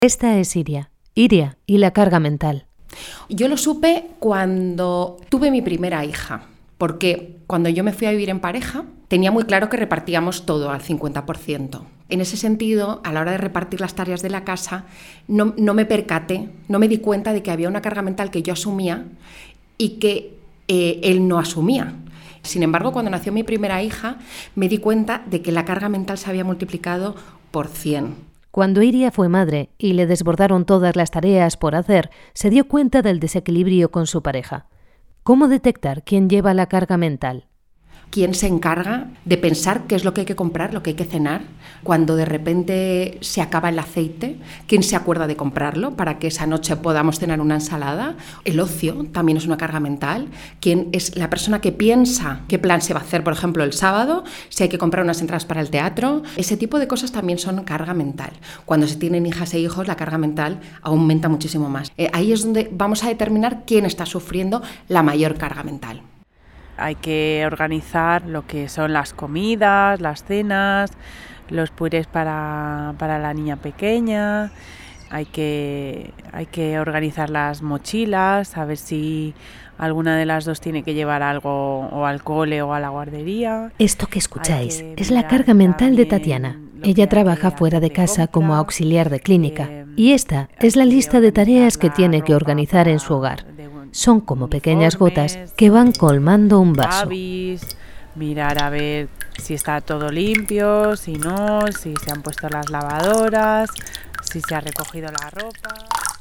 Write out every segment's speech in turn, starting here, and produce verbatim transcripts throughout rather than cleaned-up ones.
Esta es Iria, Iria y la carga mental. Yo lo supe cuando tuve mi primera hija, porque cuando yo me fui a vivir en pareja, tenía muy claro que repartíamos todo al cincuenta por ciento. En ese sentido, a la hora de repartir las tareas de la casa, no, no me percaté, no me di cuenta de que había una carga mental que yo asumía y que eh, él no asumía. Sin embargo, cuando nació mi primera hija, me di cuenta de que la carga mental se había multiplicado por cien. Cuando Iria fue madre y le desbordaron todas las tareas por hacer, se dio cuenta del desequilibrio con su pareja. ¿Cómo detectar quién lleva la carga mental? ¿Quién se encarga de pensar qué es lo que hay que comprar, lo que hay que cenar? Cuando de repente se acaba el aceite, ¿quién se acuerda de comprarlo para que esa noche podamos cenar una ensalada? El ocio también es una carga mental. ¿Quién es la persona que piensa qué plan se va a hacer, por ejemplo, el sábado? Si hay que comprar unas entradas para el teatro. Ese tipo de cosas también son carga mental. Cuando se tienen hijas e hijos, la carga mental aumenta muchísimo más. Eh, ahí es donde vamos a determinar quién está sufriendo la mayor carga mental. Hay que organizar lo que son las comidas, las cenas, los purés para, para la niña pequeña. Hay que, hay que organizar las mochilas, a ver si alguna de las dos tiene que llevar algo o al cole o a la guardería. Esto que escucháis es la carga mental de Tatiana. Ella trabaja fuera de casa como auxiliar de clínica y esta es la lista de tareas que tiene que organizar en su hogar. Son como pequeñas gotas que van colmando un vaso. Mirar a ver si está todo limpio, si no, si se han puesto las lavadoras, si se ha recogido la ropa.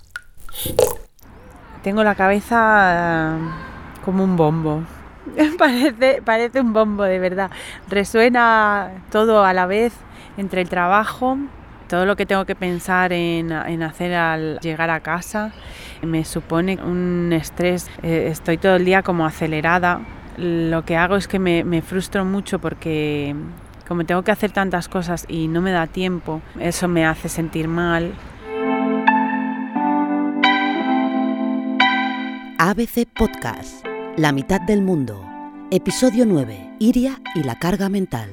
Tengo la cabeza como un bombo. Parece, parece un bombo, de verdad. Resuena todo a la vez entre el trabajo, todo lo que tengo que pensar en, en hacer al llegar a casa. Me supone un estrés, eh, estoy todo el día como acelerada. Lo que hago es que me, me frustro mucho porque como tengo que hacer tantas cosas y no me da tiempo, eso me hace sentir mal. A B C Podcast, La mitad del mundo, episodio nueve, Iria y la carga mental.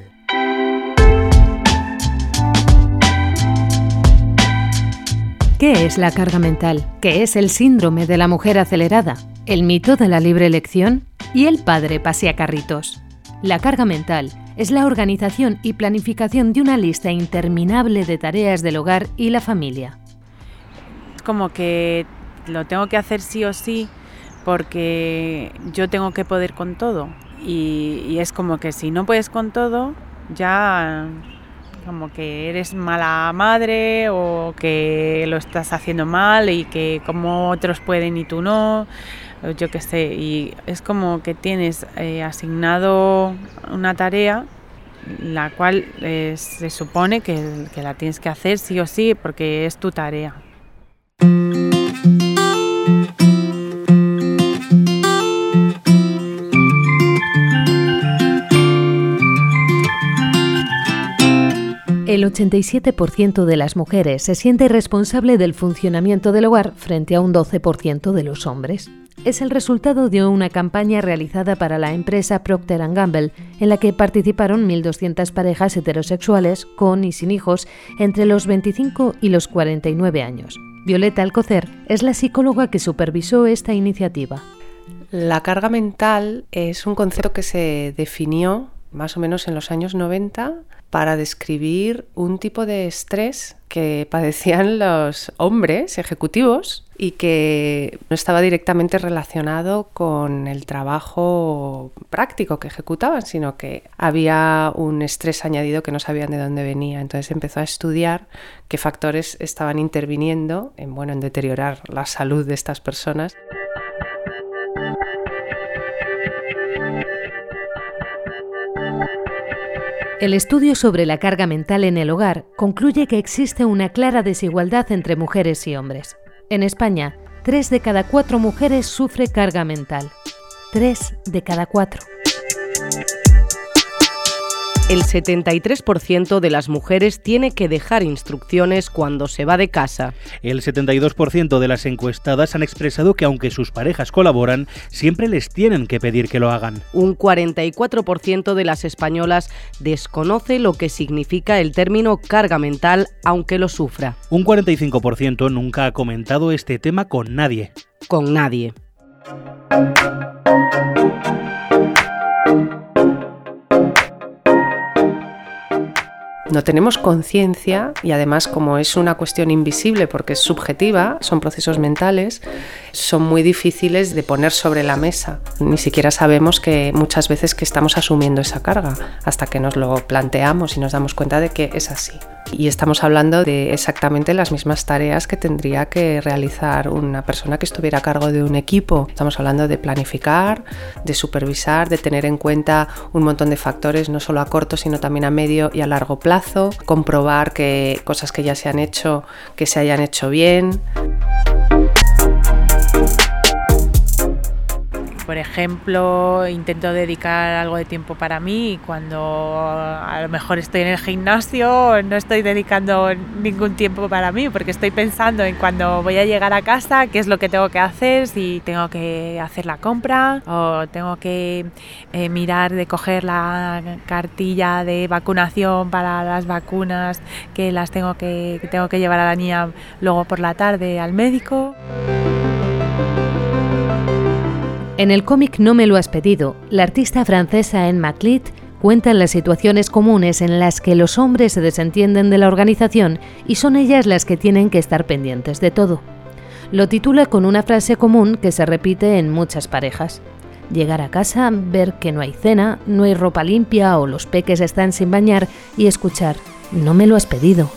¿Qué es la carga mental? ¿Qué es el síndrome de la mujer acelerada? ¿El mito de la libre elección? ¿Y el padre paseacarritos? La carga mental es la organización y planificación de una lista interminable de tareas del hogar y la familia. Es como que lo tengo que hacer sí o sí porque yo tengo que poder con todo. Y, y es como que si no puedes con todo, ya como que eres mala madre o que lo estás haciendo mal y que como otros pueden y tú no, yo qué sé. Y es como que tienes eh, asignado una tarea la cual eh, se supone que, que la tienes que hacer sí o sí porque es tu tarea. El ochenta y siete por ciento de las mujeres se siente responsable del funcionamiento del hogar frente a un doce por ciento de los hombres. Es el resultado de una campaña realizada para la empresa Procter and Gamble, en la que participaron mil doscientas parejas heterosexuales con y sin hijos entre los veinticinco y los cuarenta y nueve años. Violeta Alcocer es la psicóloga que supervisó esta iniciativa. La carga mental es un concepto que se definió más o menos en los años noventa para describir un tipo de estrés que padecían los hombres ejecutivos y que no estaba directamente relacionado con el trabajo práctico que ejecutaban, sino que había un estrés añadido que no sabían de dónde venía. Entonces empezó a estudiar qué factores estaban interviniendo en, bueno, en deteriorar la salud de estas personas. El estudio sobre la carga mental en el hogar concluye que existe una clara desigualdad entre mujeres y hombres. En España, tres de cada cuatro mujeres sufre carga mental. Tres de cada cuatro. El setenta y tres por ciento de las mujeres tiene que dejar instrucciones cuando se va de casa. El setenta y dos por ciento de las encuestadas han expresado que aunque sus parejas colaboran, siempre les tienen que pedir que lo hagan. Un cuarenta y cuatro por ciento de las españolas desconoce lo que significa el término carga mental, aunque lo sufra. Un cuarenta y cinco por ciento nunca ha comentado este tema con nadie. Con nadie. No tenemos conciencia y además como es una cuestión invisible porque es subjetiva, son procesos mentales, son muy difíciles de poner sobre la mesa. Ni siquiera sabemos que muchas veces que estamos asumiendo esa carga hasta que nos lo planteamos y nos damos cuenta de que es así. Y estamos hablando de exactamente las mismas tareas que tendría que realizar una persona que estuviera a cargo de un equipo. Estamos hablando de planificar, de supervisar, de tener en cuenta un montón de factores, no solo a corto, sino también a medio y a largo plazo, comprobar que cosas que ya se han hecho, que se hayan hecho bien. Por ejemplo, intento dedicar algo de tiempo para mí y cuando a lo mejor estoy en el gimnasio no estoy dedicando ningún tiempo para mí porque estoy pensando en cuando voy a llegar a casa, qué es lo que tengo que hacer, si tengo que hacer la compra o tengo que eh, mirar de coger la cartilla de vacunación para las vacunas que las tengo que, que tengo que llevar a la niña luego por la tarde al médico. En el cómic No me lo has pedido, la artista francesa Anne Macleod cuenta las situaciones comunes en las que los hombres se desentienden de la organización y son ellas las que tienen que estar pendientes de todo. Lo titula con una frase común que se repite en muchas parejas. Llegar a casa, ver que no hay cena, no hay ropa limpia o los peques están sin bañar y escuchar «No me lo has pedido».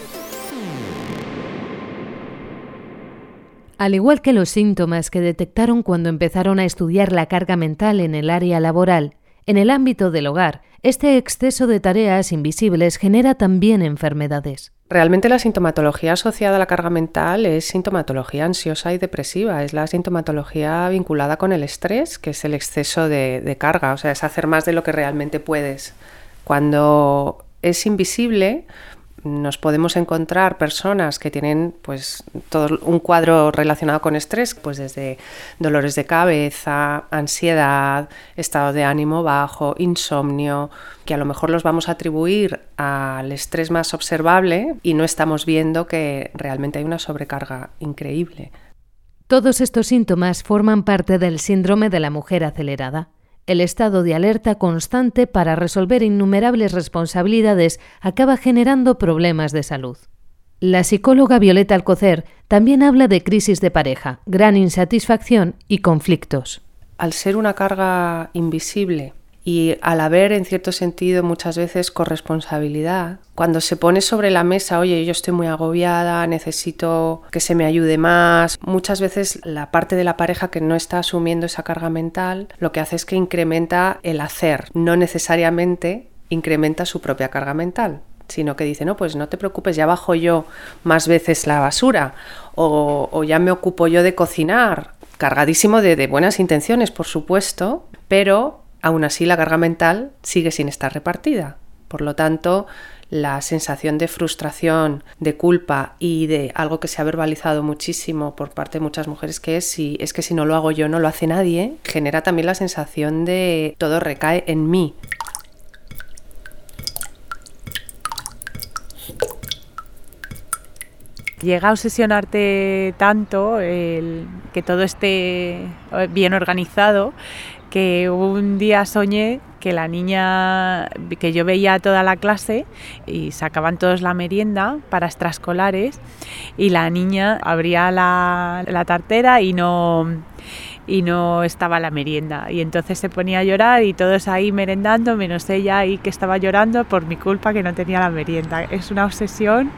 Al igual que los síntomas que detectaron cuando empezaron a estudiar la carga mental en el área laboral, en el ámbito del hogar, este exceso de tareas invisibles genera también enfermedades. Realmente la sintomatología asociada a la carga mental es sintomatología ansiosa y depresiva, es la sintomatología vinculada con el estrés, que es el exceso de, de carga, o sea, es hacer más de lo que realmente puedes. Cuando es invisible, nos podemos encontrar personas que tienen pues todo un cuadro relacionado con estrés, pues desde dolores de cabeza, ansiedad, estado de ánimo bajo, insomnio, que a lo mejor los vamos a atribuir al estrés más observable y no estamos viendo que realmente hay una sobrecarga increíble. Todos estos síntomas forman parte del síndrome de la mujer acelerada. El estado de alerta constante para resolver innumerables responsabilidades acaba generando problemas de salud. La psicóloga Violeta Alcocer también habla de crisis de pareja, gran insatisfacción y conflictos. Al ser una carga invisible y al haber, en cierto sentido, muchas veces corresponsabilidad, cuando se pone sobre la mesa, oye, yo estoy muy agobiada, necesito que se me ayude más, muchas veces la parte de la pareja que no está asumiendo esa carga mental, lo que hace es que incrementa el hacer, no necesariamente incrementa su propia carga mental, sino que dice, no, pues no te preocupes, ya bajo yo más veces la basura, o, o ya me ocupo yo de cocinar, cargadísimo de, de buenas intenciones, por supuesto, pero aún así la carga mental sigue sin estar repartida. Por lo tanto, la sensación de frustración, de culpa y de algo que se ha verbalizado muchísimo por parte de muchas mujeres, que es, si, es que si no lo hago yo, no lo hace nadie, genera también la sensación de todo recae en mí. Llega a obsesionarte tanto el que todo esté bien organizado que un día soñé que la niña, que yo veía toda la clase y sacaban todos la merienda para extraescolares y la niña abría la, la tartera y no, y no estaba la merienda y entonces se ponía a llorar y todos ahí merendando menos ella ahí que estaba llorando por mi culpa que no tenía la merienda. Es una obsesión.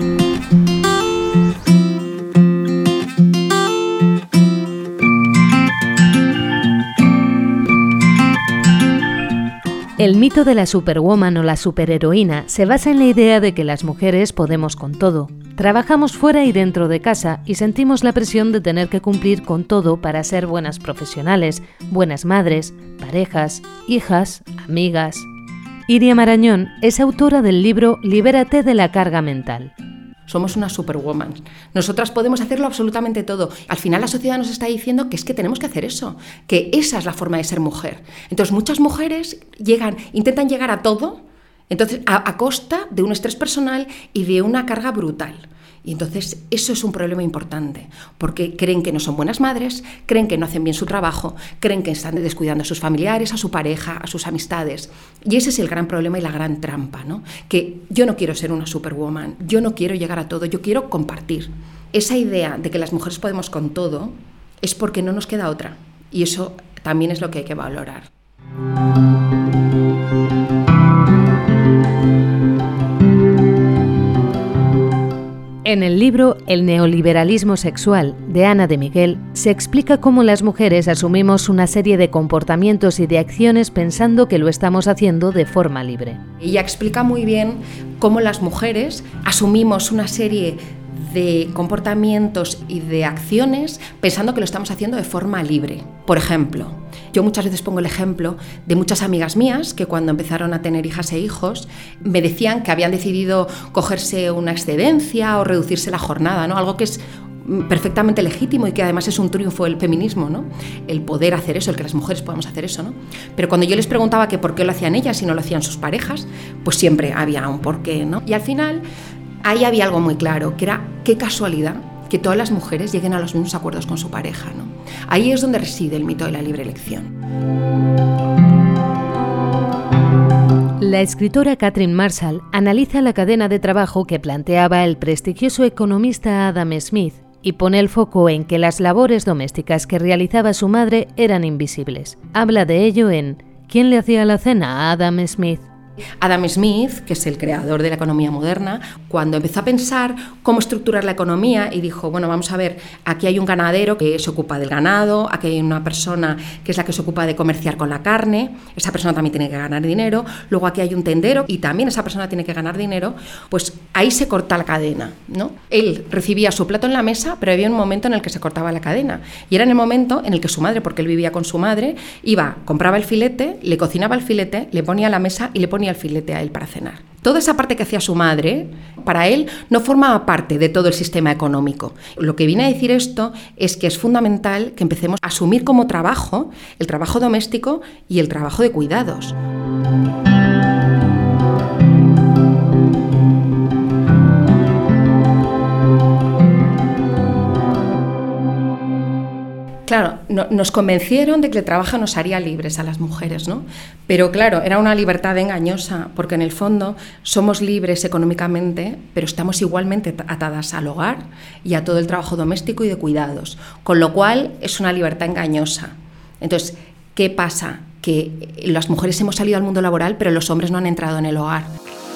El mito de la superwoman o la superheroína se basa en la idea de que las mujeres podemos con todo. Trabajamos fuera y dentro de casa y sentimos la presión de tener que cumplir con todo para ser buenas profesionales, buenas madres, parejas, hijas, amigas. Iria Marañón es autora del libro Libérate de la carga mental. Somos una superwoman. Nosotras podemos hacerlo absolutamente todo. Al final la sociedad nos está diciendo que es que tenemos que hacer eso, que esa es la forma de ser mujer. Entonces muchas mujeres llegan, intentan llegar a todo, entonces a, a costa de un estrés personal y de una carga brutal. Y entonces eso es un problema importante, porque creen que no son buenas madres, creen que no hacen bien su trabajo, creen que están descuidando a sus familiares, a su pareja, a sus amistades. Y ese es el gran problema y la gran trampa, ¿no? Que yo no quiero ser una superwoman, yo no quiero llegar a todo, yo quiero compartir. Esa idea de que las mujeres podemos con todo es porque no nos queda otra. Y eso también es lo que hay que valorar. En el libro El neoliberalismo sexual, de Ana de Miguel, se explica cómo las mujeres asumimos una serie de comportamientos y de acciones pensando que lo estamos haciendo de forma libre. Ella explica muy bien cómo las mujeres asumimos una serie de comportamientos y de acciones pensando que lo estamos haciendo de forma libre. Por ejemplo, yo muchas veces pongo el ejemplo de muchas amigas mías que cuando empezaron a tener hijas e hijos me decían que habían decidido cogerse una excedencia o reducirse la jornada, ¿no? Algo que es perfectamente legítimo y que además es un triunfo del feminismo, ¿no? El poder hacer eso, el que las mujeres podamos hacer eso, ¿no? Pero cuando yo les preguntaba que por qué lo hacían ellas y no lo hacían sus parejas, pues siempre había un porqué, ¿no? Y al final ahí había algo muy claro, que era qué casualidad que todas las mujeres lleguen a los mismos acuerdos con su pareja, ¿no? Ahí es donde reside el mito de la libre elección. La escritora Catherine Marshall analiza la cadena de trabajo que planteaba el prestigioso economista Adam Smith y pone el foco en que las labores domésticas que realizaba su madre eran invisibles. Habla de ello en ¿Quién le hacía la cena a Adam Smith? Adam Smith, que es el creador de la economía moderna, cuando empezó a pensar cómo estructurar la economía y dijo, bueno, vamos a ver, aquí hay un ganadero que se ocupa del ganado, aquí hay una persona que es la que se ocupa de comerciar con la carne, esa persona también tiene que ganar dinero, luego aquí hay un tendero y también esa persona tiene que ganar dinero, pues ahí se corta la cadena, ¿no? Él recibía su plato en la mesa, pero había un momento en el que se cortaba la cadena y era en el momento en el que su madre, porque él vivía con su madre, iba, compraba el filete, le cocinaba el filete, le ponía a la mesa y le ponía el filete a él para cenar. Toda esa parte que hacía su madre, para él, no formaba parte de todo el sistema económico. Lo que viene a decir esto es que es fundamental que empecemos a asumir como trabajo el trabajo doméstico y el trabajo de cuidados. Claro, no, nos convencieron de que el trabajo nos haría libres a las mujeres, ¿no? Pero claro, era una libertad engañosa, porque en el fondo somos libres económicamente, pero estamos igualmente atadas al hogar y a todo el trabajo doméstico y de cuidados, con lo cual es una libertad engañosa. Entonces, ¿qué pasa? Que las mujeres hemos salido al mundo laboral, pero los hombres no han entrado en el hogar.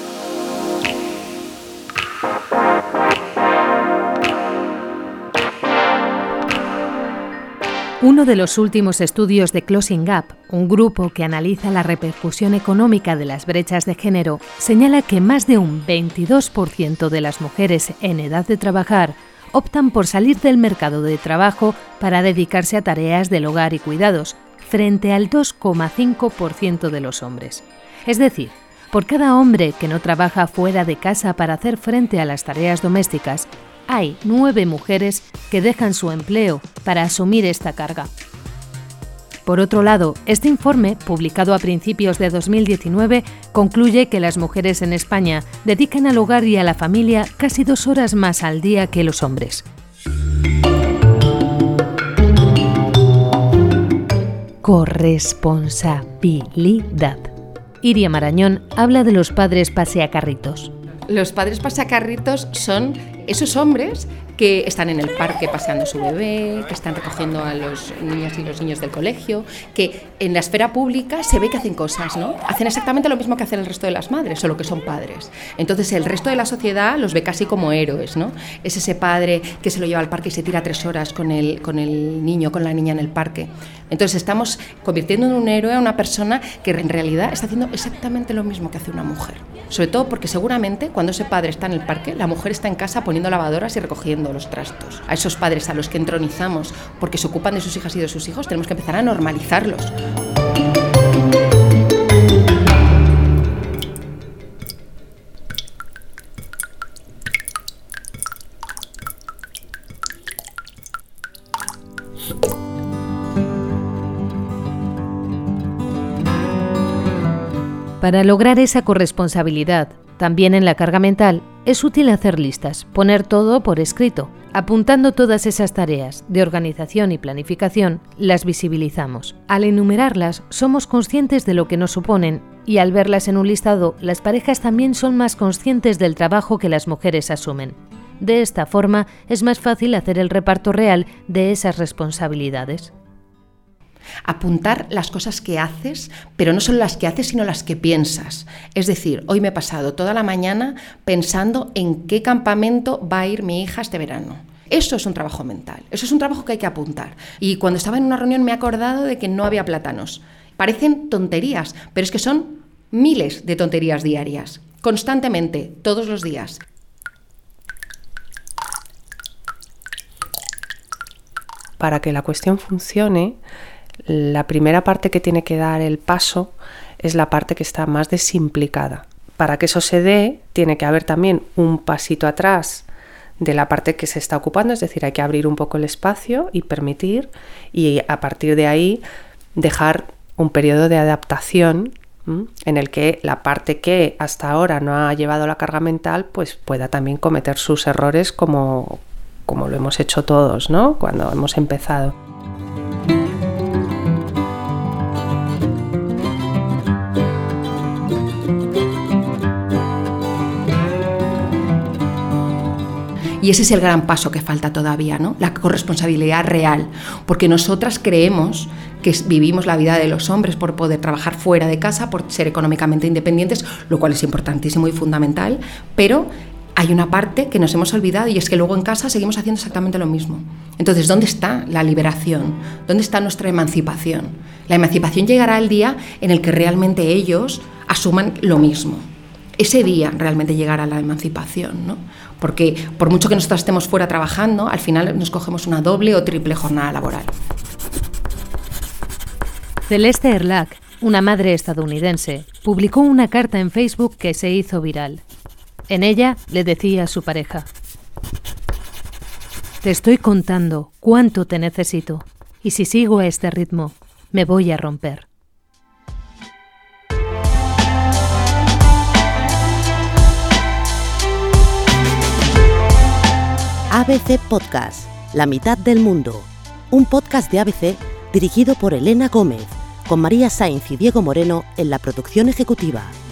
Uno de los últimos estudios de Closing Gap, un grupo que analiza la repercusión económica de las brechas de género, señala que más de un veintidós por ciento de las mujeres en edad de trabajar optan por salir del mercado de trabajo para dedicarse a tareas del hogar y cuidados, frente al dos coma cinco por ciento de los hombres. Es decir, por cada hombre que no trabaja fuera de casa para hacer frente a las tareas domésticas, hay nueve mujeres que dejan su empleo para asumir esta carga. Por otro lado, este informe, publicado a principios de dos mil diecinueve, concluye que las mujeres en España dedican al hogar y a la familia casi dos horas más al día que los hombres. Corresponsabilidad. Iria Marañón habla de los padres paseacarritos. Los padres paseacarritos son esos hombres que están en el parque paseando a su bebé, que están recogiendo a los niños y los niños del colegio, que en la esfera pública se ve que hacen cosas, ¿no? Hacen exactamente lo mismo que hacen el resto de las madres, solo que son padres. Entonces el resto de la sociedad los ve casi como héroes, ¿no? Es ese padre que se lo lleva al parque y se tira tres horas con el, con el niño, con la niña en el parque. Entonces estamos convirtiendo en un héroe a una persona que en realidad está haciendo exactamente lo mismo que hace una mujer. Sobre todo porque seguramente cuando ese padre está en el parque, la mujer está en casa poniendo lavadoras y recogiendo los trastos. A esos padres a los que entronizamos porque se ocupan de sus hijas y de sus hijos, tenemos que empezar a normalizarlos. Para lograr esa corresponsabilidad, también en la carga mental, es útil hacer listas, poner todo por escrito. Apuntando todas esas tareas de organización y planificación, las visibilizamos. Al enumerarlas, somos conscientes de lo que nos suponen y al verlas en un listado, las parejas también son más conscientes del trabajo que las mujeres asumen. De esta forma, es más fácil hacer el reparto real de esas responsabilidades. Apuntar las cosas que haces, pero no solo las que haces, sino las que piensas. Es decir, hoy me he pasado toda la mañana pensando en qué campamento va a ir mi hija este verano. Eso es un trabajo mental, eso es un trabajo que hay que apuntar. Y cuando estaba en una reunión me he acordado de que no había plátanos. Parecen tonterías, pero es que son miles de tonterías diarias, constantemente, todos los días. Para que la cuestión funcione, la primera parte que tiene que dar el paso es la parte que está más desimplicada. Para que eso se dé, tiene que haber también un pasito atrás de la parte que se está ocupando, es decir, hay que abrir un poco el espacio y permitir, y a partir de ahí dejar un periodo de adaptación ¿m? en el que la parte que hasta ahora no ha llevado la carga mental pues pueda también cometer sus errores como, como lo hemos hecho todos, ¿no? Cuando hemos empezado. Y ese es el gran paso que falta todavía, ¿no? La corresponsabilidad real, porque nosotras creemos que vivimos la vida de los hombres por poder trabajar fuera de casa, por ser económicamente independientes, lo cual es importantísimo y fundamental, pero hay una parte que nos hemos olvidado y es que luego en casa seguimos haciendo exactamente lo mismo. Entonces, ¿dónde está la liberación? ¿Dónde está nuestra emancipación? La emancipación llegará el día en el que realmente ellos asuman lo mismo. Ese día realmente llegará la emancipación, ¿no? Porque por mucho que nosotros estemos fuera trabajando, al final nos cogemos una doble o triple jornada laboral. Celeste Erlach, una madre estadounidense, publicó una carta en Facebook que se hizo viral. En ella le decía a su pareja: «Te estoy contando cuánto te necesito, y si sigo a este ritmo, me voy a romper». A B C Podcast, La mitad del mundo. Un podcast de A B C dirigido por Elena Gómez, con María Sainz y Diego Moreno en la producción ejecutiva.